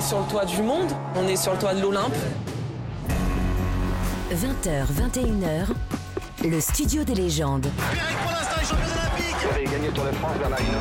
sur le toit du monde, on est sur le toit de l'Olympe. 20h, 21h, le studio des légendes. Pierrick pour l'instant est champion olympique. Vous avez gagné le Tour de France, Bernard Hinault.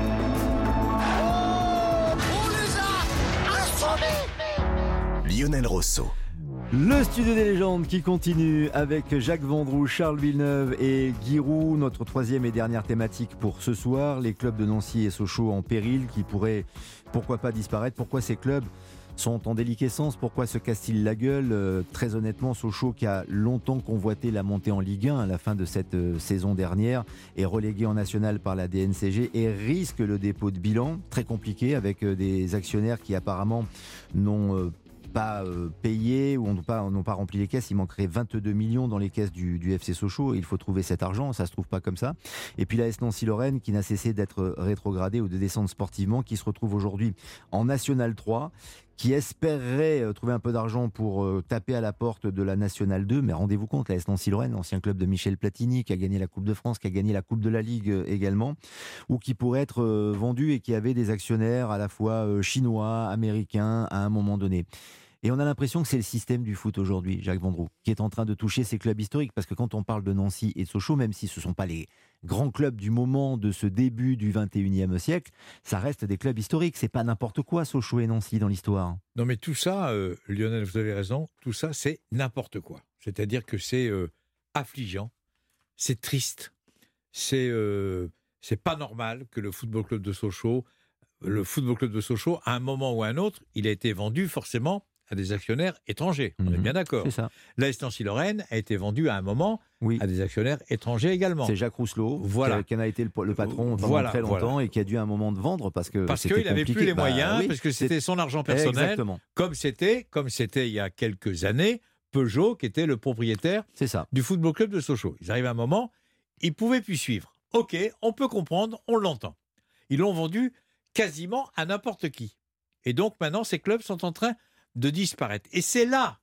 On les a assommés. Lionel Rosso. Le studio des légendes qui continue avec Jacques Vendroux, Charles Villeneuve et Guy Roux. Notre troisième et dernière thématique pour ce soir, les clubs de Nancy et Sochaux en péril qui pourraient, pourquoi pas, disparaître. Pourquoi ces clubs sont en déliquescence? Pourquoi se cassent-ils la gueule? Très honnêtement, Sochaux, qui a longtemps convoité la montée en Ligue 1 à la fin de cette saison dernière, est relégué en national par la DNCG et risque le dépôt de bilan. Très compliqué avec des actionnaires qui apparemment n'ont pas payé ou n'ont pas rempli les caisses. Il manquerait 22 millions dans les caisses du FC Sochaux. Il faut trouver cet argent, ça se trouve pas comme ça. Et puis la S Nancy-Lorraine qui n'a cessé d'être rétrogradée ou de descendre sportivement, qui se retrouve aujourd'hui en National 3, qui espérerait trouver un peu d'argent pour taper à la porte de la National 2. Mais rendez-vous compte, la S Nancy-Lorraine, ancien club de Michel Platini, qui a gagné la Coupe de France, qui a gagné la Coupe de la Ligue également, ou qui pourrait être vendu et qui avait des actionnaires à la fois chinois, américains à un moment donné. Et on a l'impression que c'est le système du foot aujourd'hui, Jacques Vendroux, qui est en train de toucher ces clubs historiques. Parce que quand on parle de Nancy et de Sochaux, même si ce ne sont pas les grands clubs du moment de ce début du 21e siècle, ça reste des clubs historiques. C'est pas n'importe quoi, Sochaux et Nancy, dans l'histoire. Non mais tout ça, Lionel, vous avez raison, tout ça c'est n'importe quoi. C'est-à-dire que c'est affligeant, c'est triste, c'est pas normal que le Football Club de Sochaux, à un moment ou à un autre, il a été vendu forcément à des actionnaires étrangers. On est bien d'accord. C'est ça. La S Nancy-Lorraine a été vendue à un moment à des actionnaires étrangers également. C'est Jacques Rousselot, qui en a été le patron pendant très longtemps et qui a dû à un moment de vendre parce qu'il n'avait plus les moyens, parce que c'était son argent personnel. Exactement. Comme c'était il y a quelques années, Peugeot qui était le propriétaire du Football Club de Sochaux. Ils arrivent à un moment, ils ne pouvaient plus suivre. Ok, on peut comprendre, on l'entend. Ils l'ont vendu quasiment à n'importe qui. Et donc maintenant, ces clubs sont en train de disparaître. Et c'est là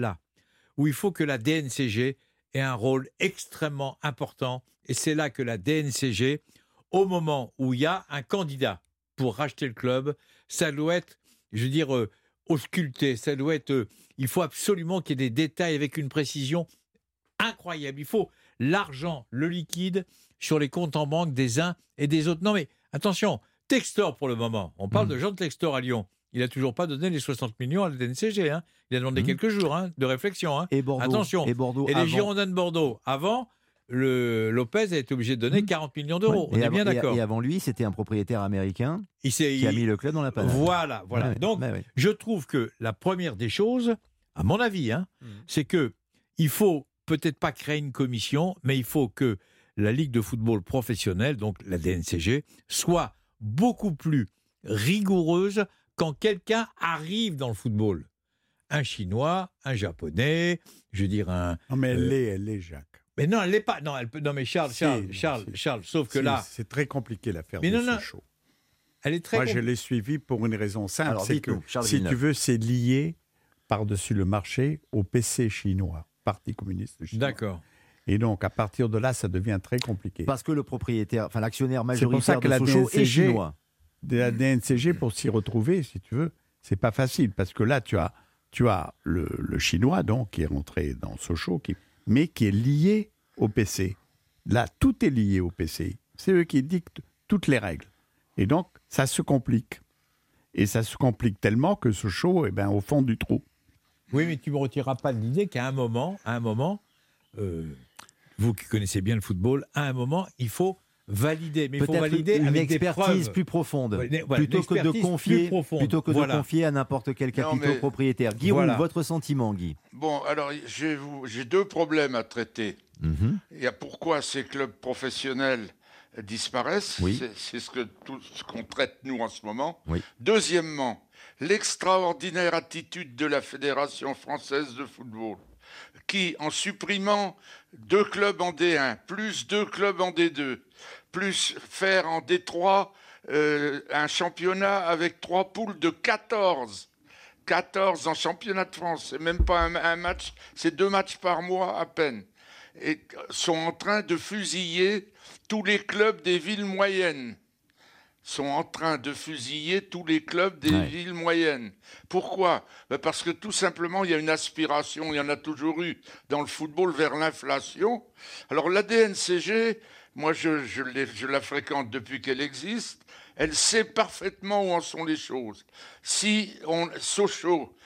où il faut que la DNCG ait un rôle extrêmement important. Et c'est là que la DNCG, au moment où il y a un candidat pour racheter le club, ça doit être, ausculté. Ça doit être, il faut absolument qu'il y ait des détails avec une précision incroyable. Il faut l'argent, le liquide, sur les comptes en banque des uns et des autres. Non mais, attention, Textor pour le moment. On parle de Jean Textor à Lyon. Il n'a toujours pas donné les 60 millions à la DNCG. Hein. Il a demandé quelques jours de réflexion. Hein. Et Bordeaux. Attention. Et les Girondins de Bordeaux. Avant, Lopez a été obligé de donner 40 millions d'euros. On est bien d'accord. Et avant lui, c'était un propriétaire américain qui a mis le club dans la panade. Voilà. Donc, je trouve que la première des choses, à mon avis, c'est que il faut peut-être pas créer une commission, mais il faut que la Ligue de football professionnelle, donc la DNCG, soit beaucoup plus rigoureuse quand quelqu'un arrive dans le football. Un Chinois, un Japonais, Non, mais elle l'est, Jacques. Mais non, elle l'est pas. Non, mais Charles, sauf que là... C'est très compliqué l'affaire de Sochaux. Elle est très Moi, je l'ai suivi pour une raison simple. Alors, c'est que, si tu veux, c'est lié par-dessus le marché au PC chinois, Parti communiste chinois. D'accord. Et donc, à partir de là, ça devient très compliqué. Parce que l'actionnaire majoritaire de Sochaux est chinois. De la DNCG, pour s'y retrouver, si tu veux, c'est pas facile. Parce que là, tu as le chinois, donc, qui est rentré dans Sochaux, mais qui est lié au PC. Là, tout est lié au PC. C'est eux qui dictent toutes les règles. Et donc, ça se complique. Et ça se complique tellement que Sochaux est au fond du trou. Oui, mais tu ne me retireras pas de l'idée qu'à un moment, vous qui connaissez bien le football, à un moment, il faut valider. Mais il faut valider une avec expertise des preuves plus profonde, voilà, plutôt que de confier à n'importe quel propriétaire. Guy Roux, votre sentiment, Guy? Bon, alors j'ai deux problèmes à traiter. Il y a pourquoi ces clubs professionnels disparaissent, c'est ce qu'on traite nous en ce moment. Deuxièmement, l'extraordinaire attitude de la Fédération française de football, qui, en supprimant 2 clubs en D1, plus 2 clubs en D2, plus faire en D3 un championnat avec 3 poules de 14 en championnat de France, c'est même pas un match, c'est 2 matchs par mois à peine, et sont en train de fusiller tous les clubs des villes moyennes. sont en train de fusiller tous les clubs des villes moyennes. Pourquoi ? Parce que tout simplement, il y a une aspiration, il y en a toujours eu dans le football, vers l'inflation. Alors la DNCG, moi je la fréquente depuis qu'elle existe, elle sait parfaitement où en sont les choses. Sochaux,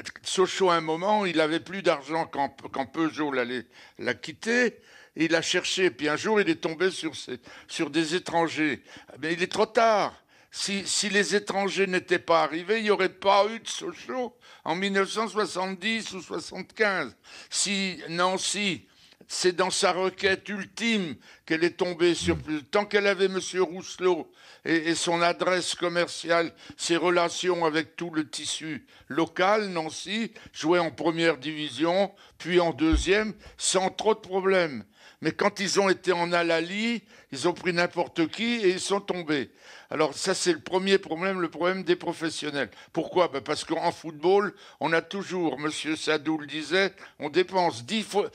à un moment, il avait plus d'argent quand Peugeot l'a quitté. Il a cherché, puis un jour, il est tombé sur des étrangers. Mais il est trop tard. Si les étrangers n'étaient pas arrivés, il n'y aurait pas eu de Sochaux en 1970 ou 75. Si Nancy, c'est dans sa requête ultime qu'elle est tombée sur plus. Tant qu'elle avait M. Rousselot et son adresse commerciale, ses relations avec tout le tissu local, Nancy jouait en première division, puis en deuxième, sans trop de problèmes. Mais quand ils ont été en Alali, ils ont pris n'importe qui et ils sont tombés. Alors ça, c'est le premier problème, le problème des professionnels. Pourquoi ? Parce qu'en football, on a toujours, M. Sadou le disait, on dépense 10%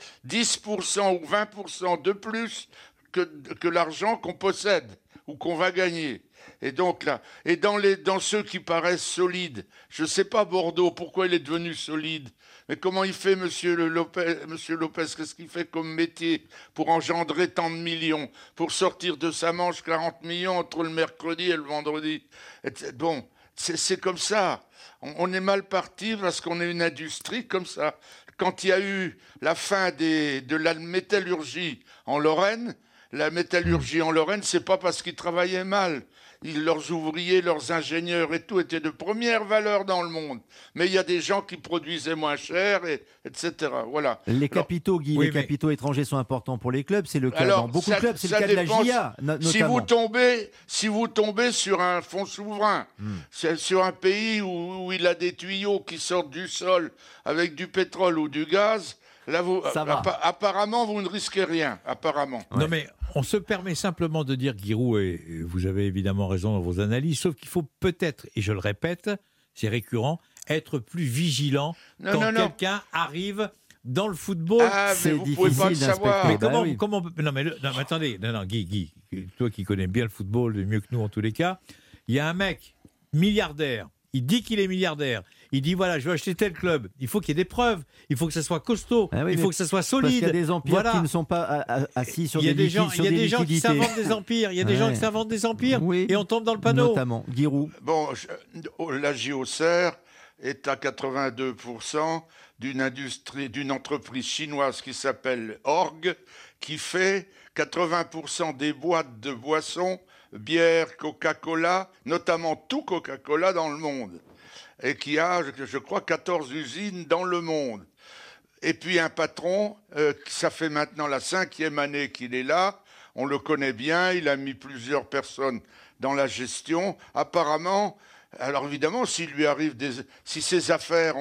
ou 20% de plus que l'argent qu'on possède ou qu'on va gagner. Et donc là, et dans ceux qui paraissent solides, je ne sais pas Bordeaux, pourquoi il est devenu solide. Mais comment il fait, Monsieur Lopez, qu'est-ce qu'il fait comme métier pour engendrer tant de millions, pour sortir de sa manche 40 millions entre le mercredi et le vendredi ? Bon, c'est comme ça. On est mal parti parce qu'on est une industrie comme ça. Quand il y a eu la fin de la métallurgie en Lorraine, la métallurgie en Lorraine, c'est pas parce qu'ils travaillaient mal. Leurs ouvriers, leurs ingénieurs et tout étaient de première valeur dans le monde. Mais il y a des gens qui produisaient moins cher, etc. Voilà. Les capitaux, Guy, les capitaux étrangers sont importants pour les clubs. C'est le cas dans beaucoup de clubs. C'est le cas de la GIA, notamment. Si vous tombez sur un fonds souverain, sur un pays où il a des tuyaux qui sortent du sol avec du pétrole ou du gaz, là, apparemment, vous ne risquez rien. Apparemment. Non, mais on se permet simplement de dire, Giroud, et vous avez évidemment raison dans vos analyses, sauf qu'il faut peut-être, et je le répète, c'est récurrent, être plus vigilant quand quelqu'un arrive dans le football. Mais vous ne pouvez pas le savoir. Mais comment attendez, Guy, toi qui connais bien le football, mieux que nous en tous les cas, il y a un mec milliardaire, il dit qu'il est milliardaire. Il dit voilà, je veux acheter tel club. Il faut qu'il y ait des preuves. Il faut que ça soit costaud. Il faut que ça soit solide. Parce qu'il y a des empires qui ne sont pas assis sur des liquidités. Il y a des gens qui s'inventent des empires. Il y a des gens qui s'inventent des empires. Et on tombe dans le panneau. Notamment, Giroud. Bon, la JOCR est à 82% d'une entreprise chinoise qui s'appelle Org, qui fait 80% des boîtes de boissons, bière, Coca-Cola, notamment tout Coca-Cola dans le monde. Et qui a, je crois, 14 usines dans le monde. Et puis un patron, ça fait maintenant la 5e année qu'il est là, on le connaît bien, il a mis plusieurs personnes dans la gestion. Apparemment, alors évidemment, si ses affaires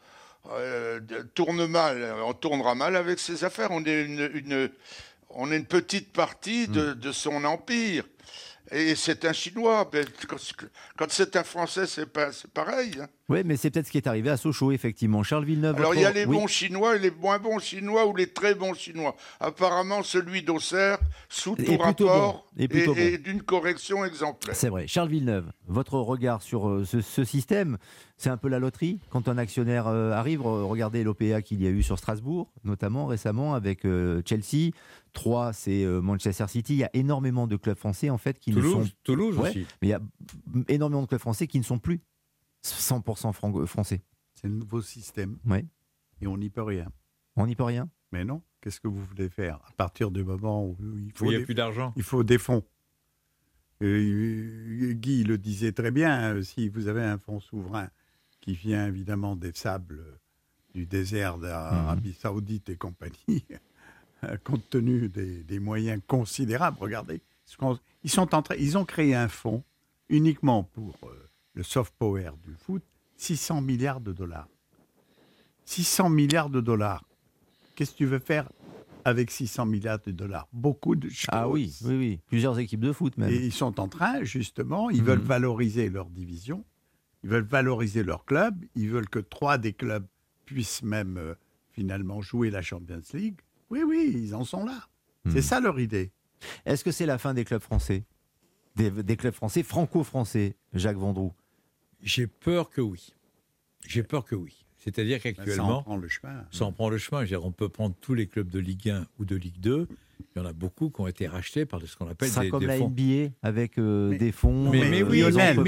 tournent mal, on tournera mal avec ses affaires. On est une petite partie de son empire. Et c'est un Chinois. Quand c'est un Français, c'est pareil. Hein. Oui, mais c'est peut-être ce qui est arrivé à Sochaux, effectivement. Charles Villeneuve. Alors, il y a les bons Chinois et les moins bons Chinois ou les très bons Chinois. Apparemment, celui d'Auxerre, sous tout rapport, et d'une correction exemplaire. C'est vrai. Charles Villeneuve, votre regard sur ce système, c'est un peu la loterie. Quand un actionnaire arrive, regardez l'OPA qu'il y a eu sur Strasbourg, notamment récemment avec Chelsea. 3, c'est Manchester City. Il y a énormément de clubs français, en fait, qui Toulouse aussi. Mais il y a énormément de clubs français qui ne sont plus 100% français. C'est le nouveau système. Ouais. Et on n'y peut rien. On n'y peut rien ? Mais non. Qu'est-ce que vous voulez faire à partir du moment où il n'y a plus d'argent. Il faut des fonds. Guy le disait très bien, si vous avez un fonds souverain qui vient évidemment des sables du désert d'Arabie Saoudite et compagnie, compte tenu des moyens considérables, regardez, ils ont créé un fonds uniquement pour le soft power du foot, 600 milliards de dollars. 600 milliards de dollars. Qu'est-ce que tu veux faire avec 600 milliards de dollars? Beaucoup de choses. Ah oui. Plusieurs équipes de foot même. Et ils sont en train, justement, ils veulent valoriser leur division, ils veulent valoriser leur club, ils veulent que 3 des clubs puissent même finalement jouer la Champions League. Oui, ils en sont là. C'est ça leur idée. Est-ce que c'est la fin des clubs français ? des clubs français, franco-français, Jacques Vendroux? J'ai peur que oui. C'est-à-dire qu'actuellement, ça en prend le chemin. Ça en prend le chemin. On peut prendre tous les clubs de Ligue 1 ou de Ligue 2. Il y en a beaucoup qui ont été rachetés par ce qu'on appelle des fonds. Comme la NBA avec des fonds. Mais oui,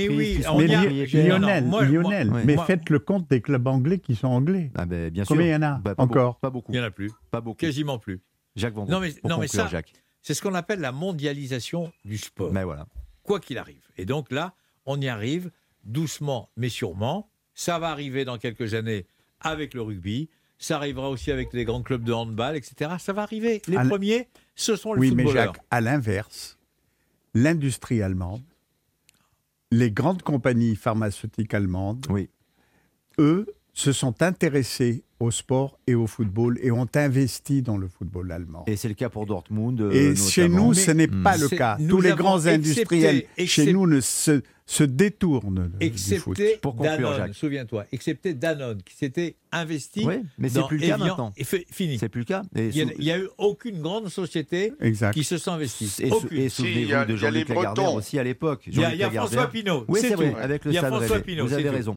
Lionel, mais faites le compte des clubs anglais qui sont anglais. Ah ben, bien sûr. Combien il y en a encore? Pas beaucoup. Il n'y en a plus. Pas beaucoup. Quasiment plus. Jacques Vendroux. Non, mais ça, Jacques. C'est ce qu'on appelle la mondialisation du sport. Mais voilà. Quoi qu'il arrive. Et donc là, on y arrive doucement, mais sûrement. Ça va arriver dans quelques années avec le rugby. Ça arrivera aussi avec les grands clubs de handball, etc. Ça va arriver. Les premiers, ce sont les footballeurs. Oui, mais Jacques, à l'inverse, l'industrie allemande, les grandes compagnies pharmaceutiques allemandes, eux, se sont intéressés au sport et au football et ont investi dans le football allemand. Et c'est le cas pour Dortmund. Et chez nous, ce n'est pas le cas. Tous les grands industriels chez nous se détournent du foot. Pour conclure, Danone, souviens-toi, excepté Danone qui s'était investi. Oui, mais c'est plus le cas maintenant. Fini. C'est plus le cas. Il n'y a eu aucune grande société qui se sont investies. Et souvenez-vous de Jean-Luc Lagardère aussi à l'époque. Il y a François Pinault. Oui, c'est vrai, avec le Stade Rennais. Vous avez raison.